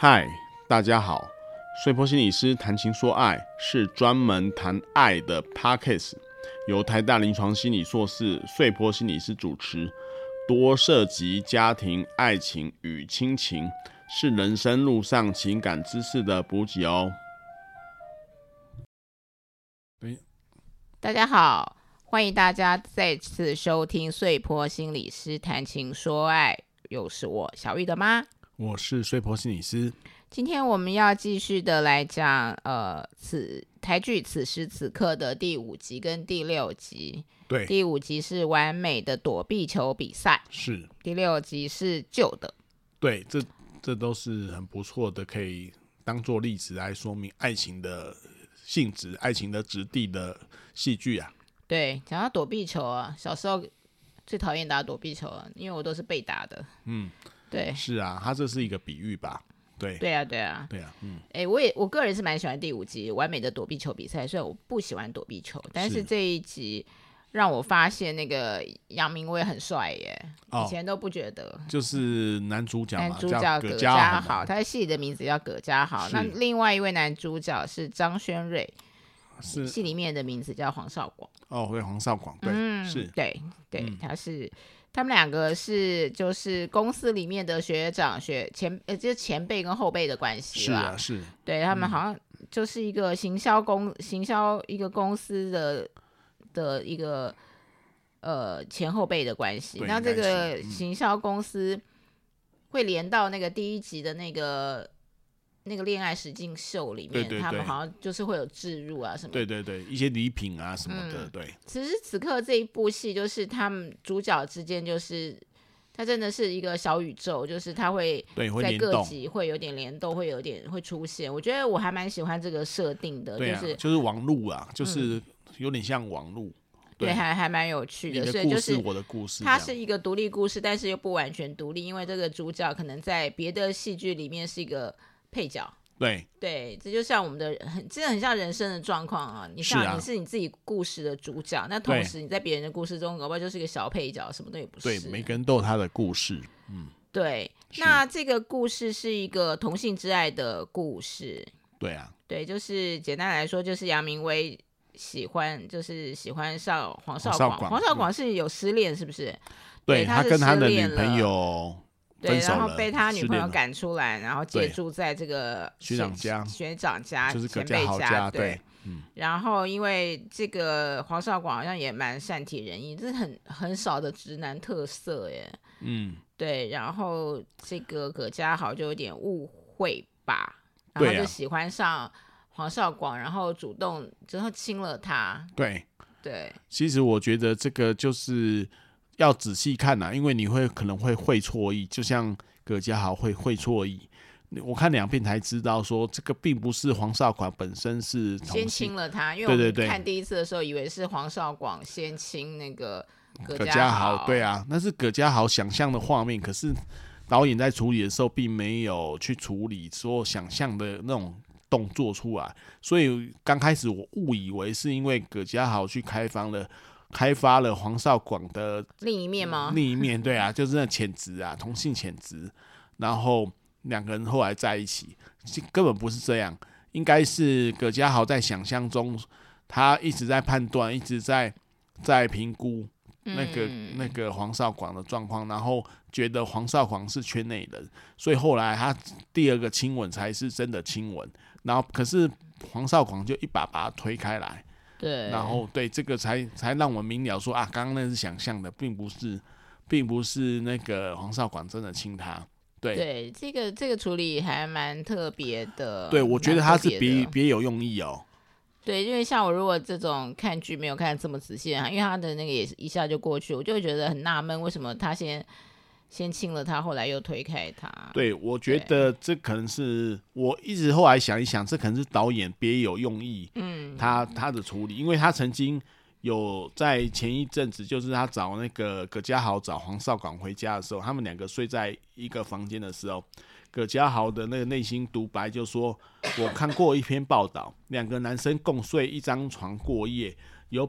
嗨，大家好，穗波心理师谈情说爱是专门谈爱的 Podcast， 由台大临床心理硕士穗波心理师主持，多涉及家庭、爱情与亲情，是人生路上情感知识的补给哦。 大家好，欢迎大家再次收听穗波心理师谈情说爱，又是我小玉的妈， 我是穗波心理师。 今天我们要继续的来讲台剧此时此刻的第5集跟第6集。 对， 第5集是完美的躲避球比赛， 是第6集是旧的。 对，这都是很不错的，可以当做例子来说明爱情的性质、爱情的质地的戏剧啊。 对，讲到躲避球啊，小时候最讨厌打躲避球了，因为我都是被打的。对， 是啊，它这是一个比喻吧？ 对啊，我个人是蛮喜欢第5集完美的躲避球比赛，虽然我不喜欢躲避球，但是这一集让我发现那个杨明威很帅耶，以前都不觉得。 就是男主角嘛， 男主角葛家豪，他戏里的名字叫葛家豪。那另外一位男主角是张轩瑞，戏里面的名字叫黄少广。 对，黄少广，对，是， 对，他们两个就是公司里面的学长就是前辈跟后辈的关系啦。 是啊，是。 对，他们好像就是一个行销一个公司的一个前后辈的关系。那这个行销公司会连到那个第1集的那个恋爱实境秀里面， 对， 他们好像就是会有置入啊什么的。 对，一些礼品啊什么的，对。 此时此刻这一部戏，就是他们主角之间，就是他真的是一个小宇宙，就是他会在各集会有点联动，会出现。我觉得我还蛮喜欢这个设定的， 就是网路啊，就是有点像网路。 对，还蛮有趣的。 你的故事，我的故事， 它是一个独立故事，但是又不完全独立，因为这个主角可能在别的戏剧里面是一个配角。对，这就像我们的真的很像人生的状况啊！你是你自己故事的主角，那同时你在别人的故事中，搞不好就是一个小配角，什么都也不是。 对，每个人都有他的故事。 对。那这个故事是一个同性之爱的故事。 对啊， 对，就是简单来说，就是杨明威喜欢上黄少广。黄少广是有失恋，是不是？ 对，他跟他的女朋友。 对，然后被他女朋友赶出来，然后借住在这个学长家， 就是前辈家。 对，然后因为这个黄少广好像也蛮善体人意，这是很少的直男特色耶。对，然后这个葛家豪就有点误会吧，然后就喜欢上黄少广，然后主动之后亲了他。对， 其实我觉得这个就是要仔细看啊，因为你可能会错意，就像葛家豪会错意。我看2遍才知道说，这个并不是黄少广本身是同性先亲了他，因为我们看第1次的时候，以为是黄少广先亲那个葛家豪。 对啊，那是葛家豪想象的画面，可是导演在处理的时候，并没有去处理说想象的那种动作出来，所以刚开始我误以为是因为葛家豪去开发了黄少广的另一面吗？ 另一面，对啊，就是那潜质啊，同性潜质，然后2个人后来在一起，根本不是这样，应该是葛家豪在想象中，他一直在判断，一直在评估那个黄少广的状况，然后觉得黄少广是圈内人，所以后来他第2个亲吻才是真的亲吻，然后可是黄少广就一把把他推开来。 对， 然后对这个才让我明了说啊，刚刚那是想象的，并不是那个黄少广真的亲他。 对，这个处理还蛮特别的。 对，我觉得他是别有用意哦。 对，因为像我如果这种看剧没有看这么仔细，因为他的那个也一下就过去，我就会觉得很纳闷，为什么他先亲了他，后来又推开他。 对，我觉得这可能是我一直后来想一想，这可能是导演别有用意。他的处理，因为他曾经有在前一阵子，就是他找那个葛家豪找黄少广回家的时候，他们2个睡在一个房间的时候， 葛家豪的那个内心独白就说，我看过一篇报道，2个男生共睡一张床过夜，有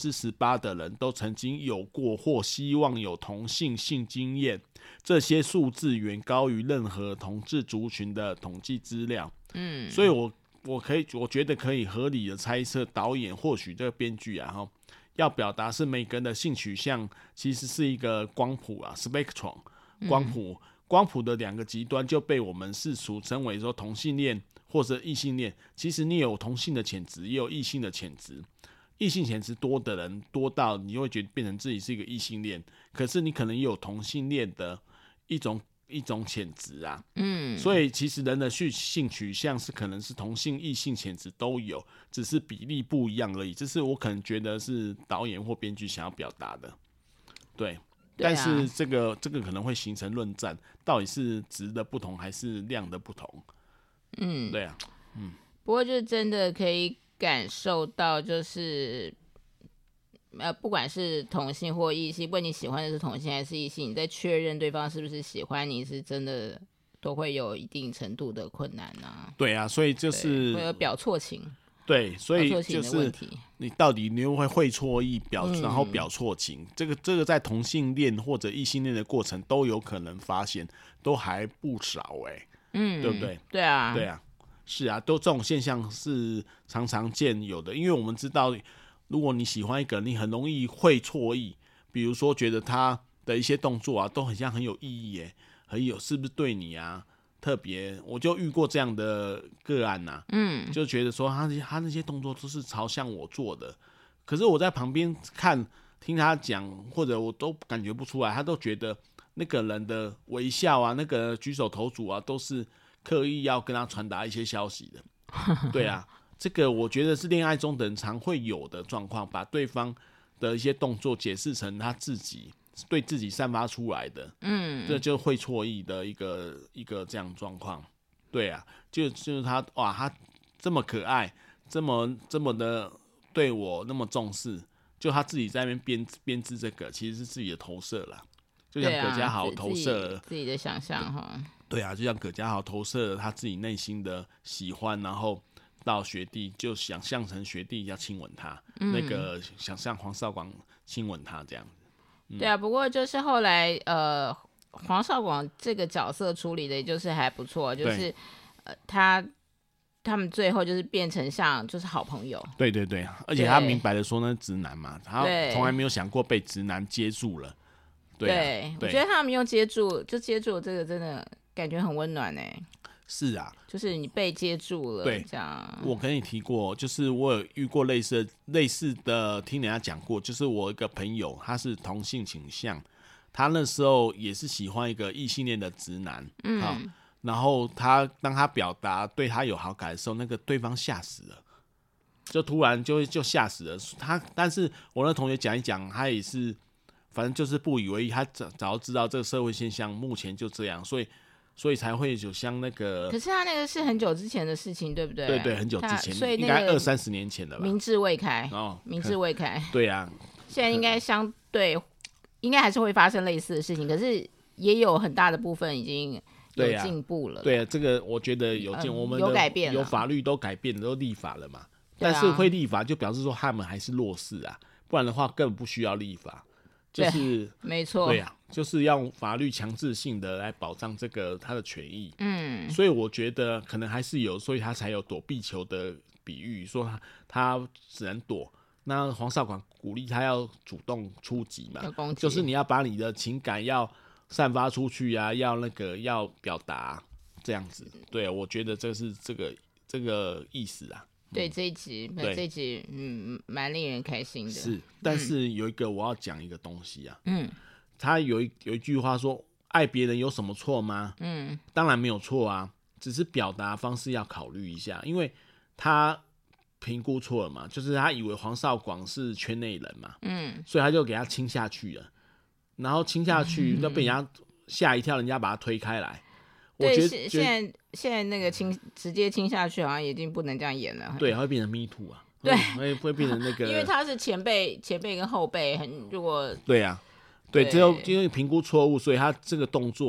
18%的人都曾经有过或希望有同性性经验，这些数字远高于任何同志族群的统计资料。所以我觉得可以合理的猜测，导演或许这个编剧啊，要表达是每个人的性取向其实是一个光谱啊 ，spectrum 光谱的2个极端就被我们世俗称为说同性恋或者异性恋。其实你有同性的潜质，也有异性的潜质。异性潜质多的人多到你会觉得变成自己是一个异性恋，可是你可能也有同性恋的一种潜质啊。所以其实人的性取向是可能是同性异性潜质都有，只是比例不一样而已。这是我可能觉得是导演或编剧想要表达的，对。但是这个可能会形成论战，到底是质的不同还是量的不同？对啊， 不过就真的可以感受到，就是不管是同性或异性，不管你喜欢的是同性还是异性，你在确认对方是不是喜欢你，是真的都会有一定程度的困难啊。 对啊，所以就是会有表错情。 对，所以就是你到底你又会错意然后表错情，这个在同性恋或者异性恋的过程都有可能发现，都还不少对不对？ 对啊， 是啊，都这种现象是常常见有的，因为我们知道，如果你喜欢一个人，你很容易会错意，比如说觉得他的一些动作啊，都很像很有意义是不是对你啊？特别，我就遇过这样的个案呐，就觉得说他那些动作都是朝向我做的，可是我在旁边看听他讲，或者我都感觉不出来，他都觉得那个人的微笑啊，那个举手投足啊，都是刻意要跟他传达一些消息的。对啊，这个我觉得是恋爱中的人常会有的状况，把对方的一些动作解释成他自己对自己散发出来的，这就会错意的一个这样状况。对啊，就是他哇，他这么可爱，这么的对我那么重视，就他自己在那边编织这个，其实是自己的投射啦。就像葛家豪投射了自己的想象哈。 对啊，就像葛家豪投射了他自己内心的喜欢，然后到学弟就想象成学弟要亲吻他，那个想象黄少广亲吻他这样。 对啊，不过就是后来黄少广这个角色处理的也就是还不错，就是他们最后就是变成像就是好朋友。 对，而且他明白的说那是直男嘛，他从来没有想过被直男接住了。对， 我觉得他们用接住这个真的感觉很温暖是啊， 就是你被接住了。 对， 这样。 我跟你提过，就是我有遇过类似的，听人家讲过，就是我一个朋友，他是同性倾向，他那时候也是喜欢一个异性恋的直男，然后当他表达对他有好感的时候，那个对方吓死了，就突然就吓死了他。但是我那同学讲一讲，他也是反正就是不以为意，他早知道这个社会现象目前就这样，所以才会有像那个， 可是他那个是很久之前的事情，对不对？ 对，很久之前， 所以应该20-30年前了吧？ 明智未开明智未开。 对啊， 现在应该相对应该还是会发生类似的事情，可是也有很大的部分已经有进步了。 对啊，这个我觉得我们有改变了， 有法律都改变了，都立法了嘛。但是会立法就表示说他们还是弱势啊，不然的话根本不需要立法。就是没错， 对啊，就是要法律强制性的来保障这个他的权益。所以我觉得可能还是有，所以他才有躲避球的比喻，说他只能躲。那黄少广鼓励他要主动出击嘛，就是你要把你的情感要散发出去啊，要表达这样子。对，我觉得这是这个意思啊。 对，这一集蛮令人开心的。 是，但是有一个我要讲一个东西啊。他有一句话说，爱别人有什么错吗？当然没有错啊，只是表达方式要考虑一下，因为他评估错了嘛，就是他以为黄少广是圈内人嘛，所以他就给他亲下去了，然后亲下去就被人家吓一跳，人家把他推开来。 对，现在那个直接亲下去好像已经不能这样演了。 对，会变成 me too 啊。 对， 会变成那个， 因为他是前辈跟后辈，如果对啊，对，只有因为评估错误，所以他这个动作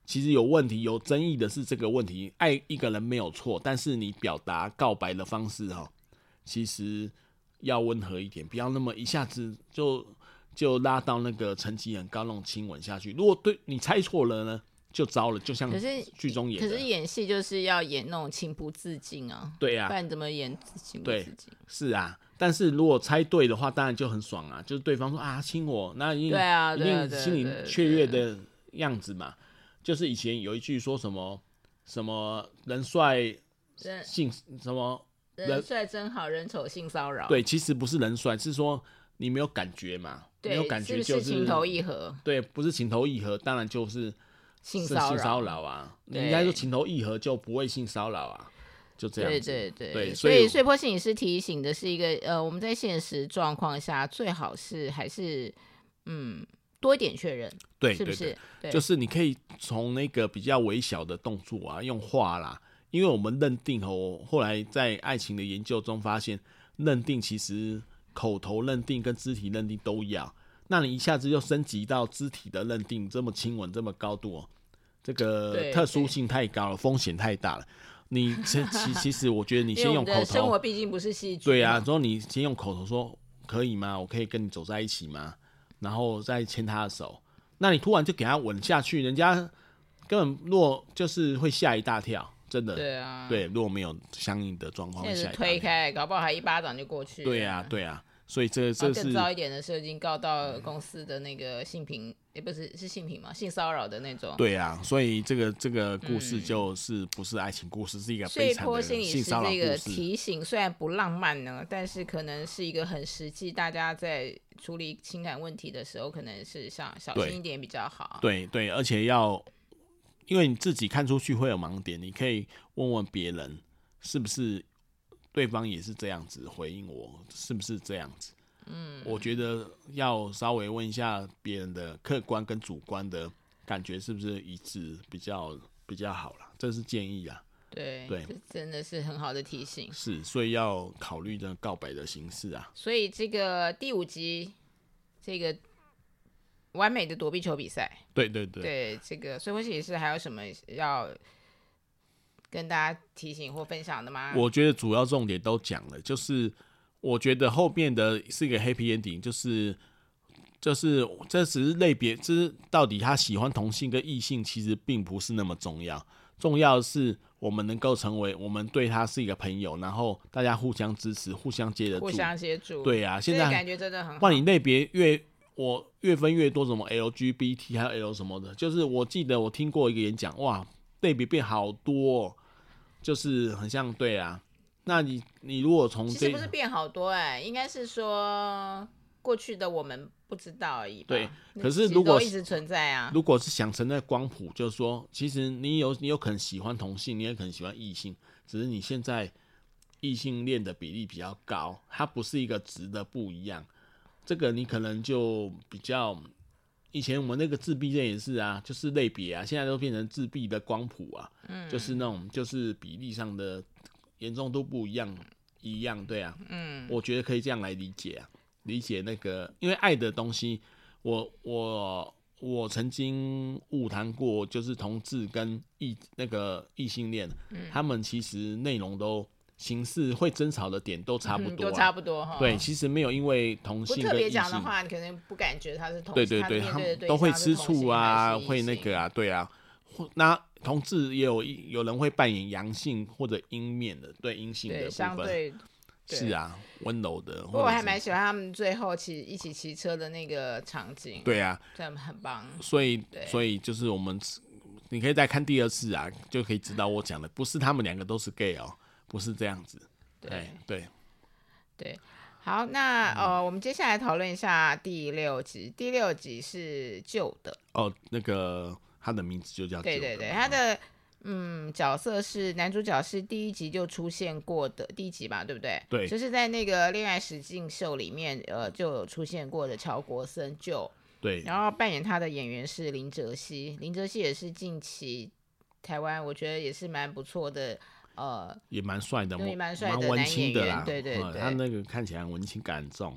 其实有问题、有争议的是这个问题。爱一个人没有错，但是你表达告白的方式其实要温和一点，不要那么一下子就拉到那个层级很高那种亲吻下去。如果对你猜错了呢，就糟了，就像剧中演的。 可是演戏就是要演那种情不自禁啊， 对啊， 不然你怎么演情不自禁？ 是啊，但是如果猜对的话，当然就很爽啊，就是对方说啊亲我，那一定心里雀跃的样子嘛。就是以前有一句说什么人帅性什么人帅真好，人丑性骚扰。 对，其实不是人帅，是说你没有感觉嘛，没有感觉就是情投意合。对， 不是情投意合，当然就是性骚扰啊。你应该说情投意合就不会性骚扰啊，就这样子。对， 所以穗波心理师提醒的是一个我们在现实状况下最好是还是多一点确认， 对， 是不是？ 对，就是你可以从那个比较微小的动作啊，用话啦，因为我们认定后来在爱情的研究中发现，认定其实口头认定跟肢体认定都要。那你一下子又升级到肢体的认定，这么亲吻，这么高度这个特殊性太高了，风险太大了。你其实我觉得你先用口头， 生活毕竟不是戏剧。 对啊，之后你先用口头说可以吗？我可以跟你走在一起吗？然后再牵他的手，那你突然就给他吻下去，人家根本若就是会吓一大跳，真的。 对啊， 对，如果没有相应的状况， 现在是推开，搞不好还一巴掌就过去了。 对啊，所以这是更糟一点的是已经告到公司的那个性平，不是性平嘛，性骚扰的那种。 对啊，所以这个故事就是不是爱情故事，是一个悲惨的性骚扰故事。 这个提醒虽然不浪漫呢，但是可能是一个很实际，大家在处理情感问题的时候，可能是小心一点比较好。 对，而且因为你自己看出去会有盲点，你可以问问别人是不是对方也是这样子回应我，是不是这样子？我觉得要稍微问一下别人的客观跟主观的感觉是不是一致，比较好啦，这是建议啦。 对，这真的是很好的提醒。 是，所以要考虑这个告白的形式啊。 所以这个第5集，这个完美的躲避球比赛，对，这个穗波心理师还有什么要跟大家提醒或分享的吗？ 我觉得主要重点都讲了，就是我觉得后面的是一个 happy ending，就是这只是类别，就是到底他喜欢同性跟异性其实并不是那么重要，重要的是我们能够成为，我们对他是一个朋友，然后大家互相支持，互相接得住， 互相协助。 对啊，现在感觉真的很好。 换你类别越分越多，什么 LGBT 还有 L 什么的，就是我记得我听过一个演讲，哇，类别变好多就是很像。对啊，那你如果从其实不是变好多应该是说过去的我们不知道而已吧。 对，可是如果一直存在啊， 如果是想成那光谱，就是说，其实你有可能喜欢同性，你也可能喜欢异性，只是你现在异性恋的比例比较高，它不是一个值的不一样。这个你可能就比较，以前我们那个自闭症也是啊，就是类别啊，现在都变成自闭的光谱啊，就是那种就是比例上的严重度不一样，对啊，我觉得可以这样来理解啊，理解那个，因为爱的东西，我曾经误谈过，就是同志跟异性恋，他们其实内容都。形式会争吵的点都差不多， 都差不多哈。 对，其实没有因为同性跟异性， 不特别讲的话，你可能不感觉他是同性。 对，他们都会吃醋啊，会那个啊，对啊。那同志也有人会扮演阳性或者阴面的，对阴性的部分， 相对是啊，温柔的。 不过我还蛮喜欢他们最后一起骑车的那个场景。 对啊， 这样很棒。 所以就是你可以再看第2次啊，就可以知道我讲的不是他们2个都是 gay 哦。不是这样子，对， 好，那我们接下来讨论一下第6集。第6集是旧的那个他的名字就叫旧的， 对，他的角色是男主角是第1集就出现过的，第1集吧，对不对？ 对， 就是在那个恋爱实境秀里面就有出现过的乔国森旧， 对， 然后扮演他的演员是林哲熹也是近期台湾我觉得也是蛮不错的。 也蛮帅的， 蛮文青的啦， 对， 他那个看起来文青感很重，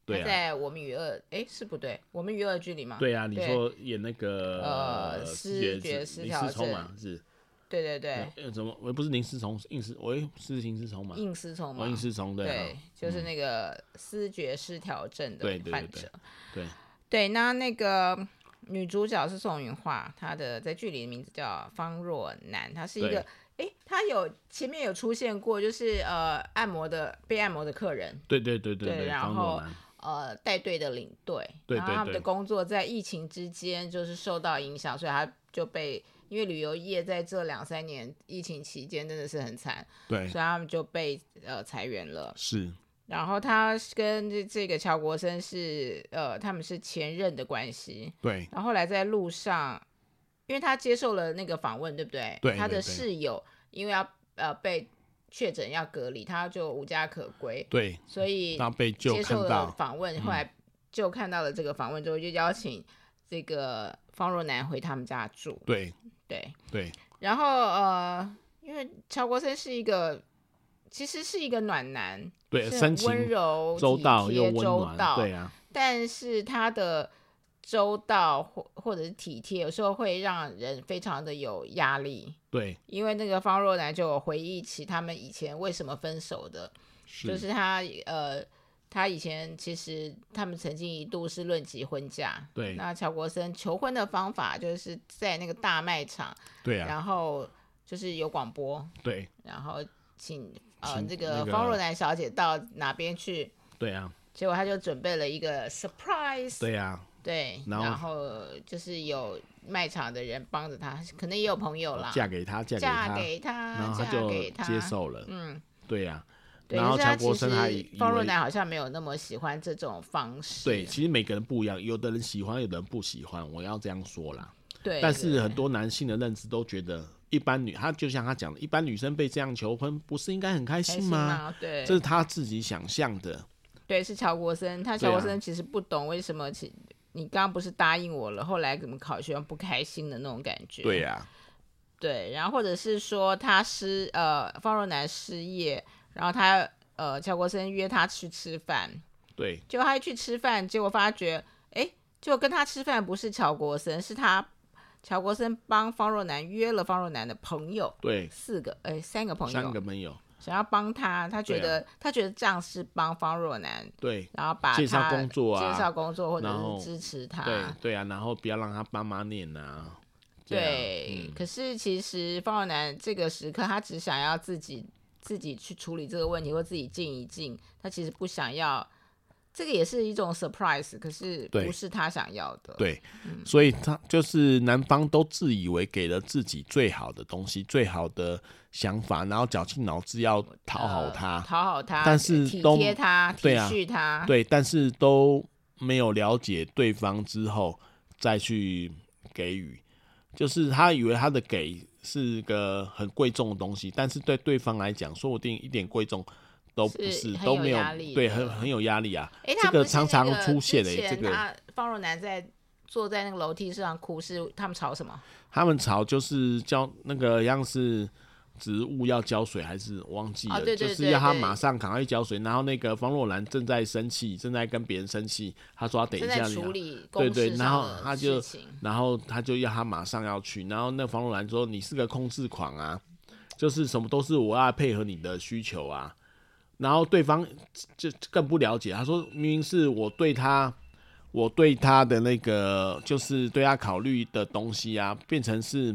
对啊， 在我们与恶，是不对，我们与恶距离吗？ 对啊，你说演那个思觉失调症嘛，是。 对， 怎么？我不是林思聪，是林思聪嘛？ 应思聪嘛？ 应思聪对，就是那个思觉失调症的患者。对，那个女主角是宋芸樺，她的在剧里的名字叫方若楠，她是一个，她前面有出现过，就是被按摩的客人。 对， 然后带队的领队，然后他们的工作在疫情之间就是受到影响，所以他就因为旅游业在这2-3年疫情期间真的是很惨， 对， 所以他们就被裁员了。 是， 然后他跟这个乔国生是他们是前任的关系， 对。 然后后来在路上，因为他接受了那个访问，对不对？ 对， 他的室友因为要被确诊要隔离，他就无家可归， 对， 所以被接受了访问，后来就看到了这个访问之后，就邀请这个方若楠回他们家住。 对， 然后因为乔国生其实是一个暖男， 对， 是很温柔、 周到又温暖， 对啊。 但是他的周到或者是体贴，有时候会让人非常的有压力。 对， 因为那个方若楠就有回忆起他们以前为什么分手的，就是他以前其实他们曾经一度是论及婚嫁。 对， 那乔国生求婚的方法就是在那个大卖场， 对啊， 然后就是有广播， 对， 然后请这个方若楠小姐到哪边去， 对啊， 结果他就准备了一个 surprise， 对啊， 对，然后就是有卖场的人帮着他，可能也有朋友啦， 嫁给他，然后他就接受了，对啊。然后乔国生方若楠好像没有那么喜欢这种方式。 对，其实每个人不一样，有的人喜欢，有的人不喜欢，我要这样说啦。 对， 但是很多男性的认知都觉得，他就像他讲的，一般女生被这样求婚，不是应该很开心吗？ 对， 这是他自己想象的。 对，是乔国生，乔国生其实不懂为什么你刚刚不是答应我了，后来怎么考学不开心的那种感觉。 对呀， 对，然后或者是说方若楠失业。然后乔国生约他去吃饭， 对， 结果他一去吃饭，结果发觉，结果跟他吃饭不是乔国生，是乔国生帮方若楠约了方若楠的朋友， 对 ，3个朋友，想要帮他觉得这样是帮方若楠， 对， 然后把他介绍工作或者是支持他， 对啊，然后不要让他爸妈念啊， 对，可是其实方若楠这个时刻，他只想要自己去处理这个问题，或自己静一静，他其实不想要，这个也是一种 surprise， 可是不是他想要的。 对，所以他就是男方都自以为给了自己最好的东西、最好的想法，然后绞尽脑汁要讨好他，但是体贴他、体恤他， 对，但是都没有了解对方之后再去给予，就是他以为他的给是个很贵重的东西，但是对对方来讲，说不定一点贵重都不是，都没有，对，很有压力啊。这个常常出现的。这个方若楠坐在那个楼梯上哭，是他们吵什么？ 他们吵就是那个样是植物要浇水还是忘记了，就是要他马上赶快浇水。然后那个方若楠正在生气，正在跟别人生气，他说他等一下处理公事上的事情， 然后他就要他马上要去。然后那方若楠说：“你是个控制狂啊，就是什么都是我要配合你的需求啊。”然后对方就更不了解，他说：“明明是我对他的那个，就是对他考虑的东西啊，变成是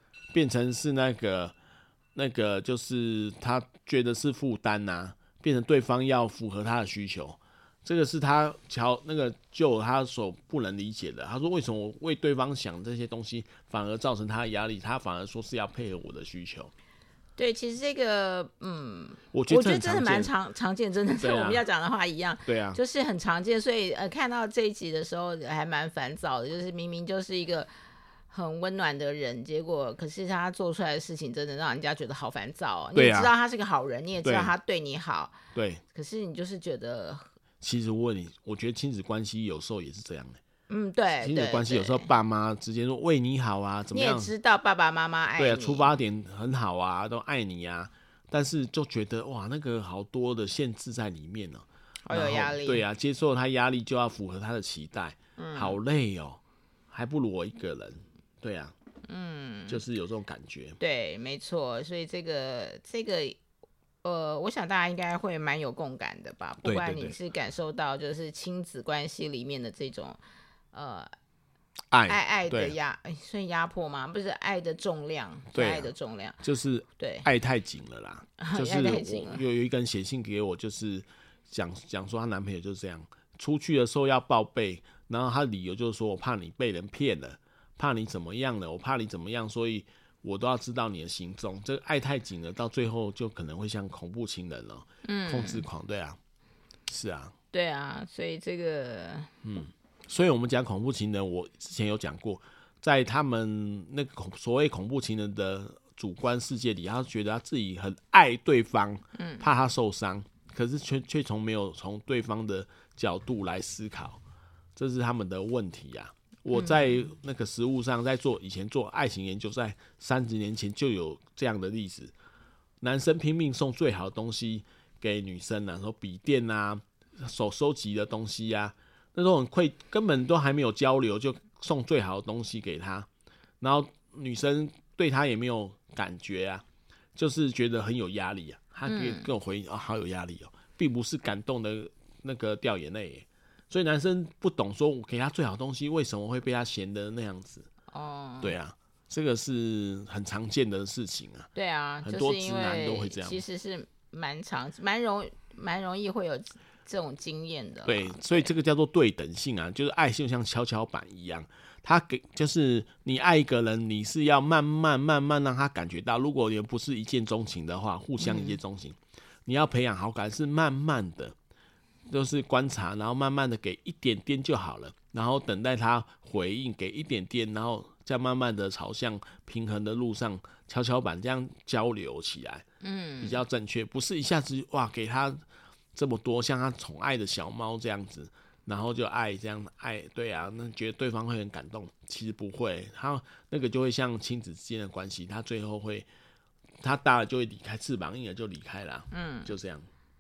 那个就是他觉得是负担呐，变成对方要符合他的需求，这个是他他所不能理解的。他说为什么我为对方想这些东西，反而造成他的压力？他反而说是要配合我的需求。 对，其实这个我觉得真的蛮常见，真的是我们要讲的话一样， 对啊， 就是很常见。所以看到这一集的时候还蛮烦躁的，就是明明就是一个很温暖的人，结果可是他做出来的事情真的让人家觉得好烦躁哦。你也知道他是个好人，你也知道他对你好， 对， 可是你就是觉得， 其实我觉得亲子关系有时候也是这样的。 对， 亲子关系有时候爸妈之间说为你好啊，怎么样？ 你也知道爸爸妈妈爱你， 对啊，出发点很好啊，都爱你啊，但是就觉得哇，那个好多的限制在里面呢。 好有压力。 对啊，接受他压力就要符合他的期待，好累哦，还不如我一个人。对啊，就是有这种感觉。 对，没错，所以这个我想大家应该会蛮有共感的吧。不管你是感受到就是亲子关系里面的这种爱的算压迫吗？不是爱的重量，对、爱的重量就是对爱太紧了啦。就是有一个人写信给我，就是讲说她男朋友就是这样，出去的时候要报备，然后他的理由就是说我怕你被人骗了，怕你怎么样了，我怕你怎么样，所以我都要知道你的行踪。这个爱太紧了，到最后就可能会像恐怖情人了，控制狂。对啊，是啊， 对啊，所以这个所以我们讲恐怖情人，我之前有讲过，在他们那个所谓恐怖情人的主观世界里，他觉得他自己很爱对方，怕他受伤，可是却从没有从对方的角度来思考，这是他们的问题啊。我在那个实务上，以前做爱情研究，在30年前就有这样的例子，男生拼命送最好的东西给女生啊，说笔电啊，手收集的东西啊。那种根本都还没有交流，就送最好的东西给他，然后女生对他也没有感觉啊，就是觉得很有压力啊。他跟我回应好有压力哦，并不是感动的那个掉眼泪耶。所以男生不懂说我给他最好的东西，为什么会被他嫌的那样子？对啊，这个是很常见的事情啊。 对啊， 很多直男都会这样。 其实是蛮容易会有这种经验的。 对，所以这个叫做对等性啊，就是爱就像跷跷板一样，就是你爱一个人，你是要慢慢让他感觉到，如果你不是一见钟情的话，互相一见钟情，你要培养好感是慢慢的，就是观察，然后慢慢的给一点点就好了，然后等待他回应，给一点点，然后再慢慢的朝向平衡的路上，跷跷板这样交流起来，比较正确，不是一下子哇给他这么多，像他宠爱的小猫这样子，然后就爱这样爱，对啊，那觉得对方会很感动，其实不会，他那个就会像亲子之间的关系，他最后会，他大了就会离开，翅膀硬了就离开了，就这样，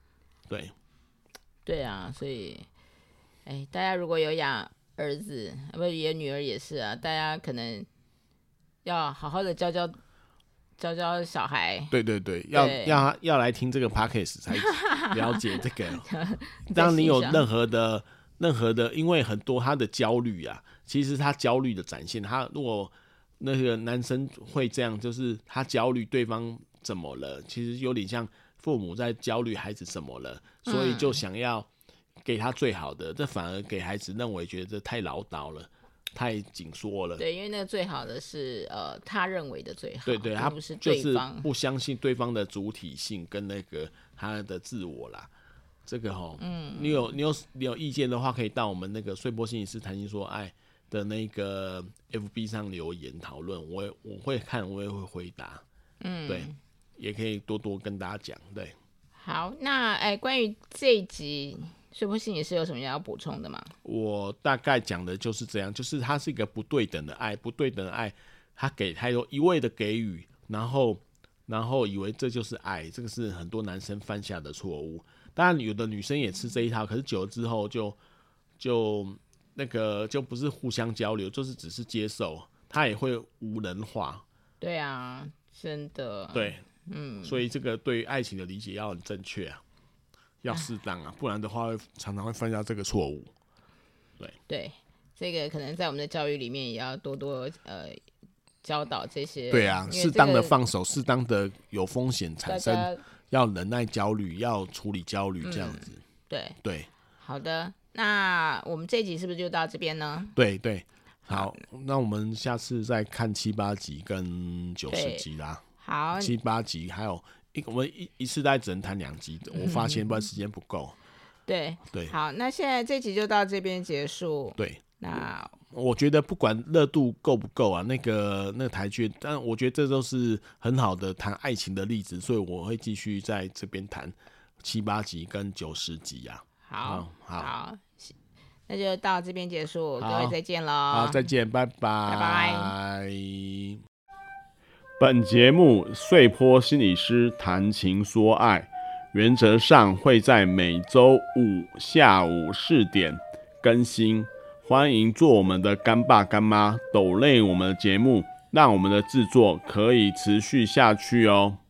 对啊，所以，大家如果有养儿子，不也女儿也是啊，大家可能要好好的教小孩。 对，要来听这个 podcast 才了解这个。当你有任何的，因为很多他的焦虑啊，其实他焦虑的展现，他如果那个男生会这样，就是他焦虑对方怎么了，其实有点像父母在焦虑孩子怎么了，所以就想要给他最好的，这反而给孩子认为觉得这太唠叨了。太紧缩了， 对，因为那个最好的是他认为的最好， 对，他就是不相信对方的主体性跟那个他的自我啦。这个你有意见的话，可以到我们那个穗波心理师谈心说爱的那个 FB 上留言讨论，我会看，我也会回答，对，也可以多多跟大家讲，对。 好，那关于这一集。穗波心理师有什么要补充的吗？ 我大概讲的就是这样，就是它是一个不对等的爱，他给太多一味的给予，然后以为这就是爱，这个是很多男生犯下的错误。当然有的女生也吃这一套，可是久了之后就那个就不是互相交流，就是只是接受，他也会无人化。 对啊，真的。 对，所以这个对于爱情的理解要很正确啊。要适当啊，不然的话常常会犯下这个错误。 对，这个可能在我们的教育里面也要多多教导这些。 对啊，适当的放手，适当的有风险产生，要忍耐焦虑，要处理焦虑，这样子。对， 好的，那我们这一集是不是就到这边呢？ 对，好，那我们下次再看7、8集跟90集啦。 好 ，7、8集还有。我们一次大概只能谈2集，我发现不然时间不够。 对，好，那现在这集就到这边结束。 对， 那我觉得不管热度够不够啊，那个台剧，但我觉得这都是很好的谈爱情的例子，所以我会继续在这边谈7、8集跟90集啊。 好，那就到这边结束，各位再见喽。 好，再见，拜拜， 拜拜。 本节目穗波心理师谈情说爱， 原则上会在每周五下午4点更新。欢迎做我们的干爸干妈，抖内我们的节目，让我们的制作可以持续下去哦。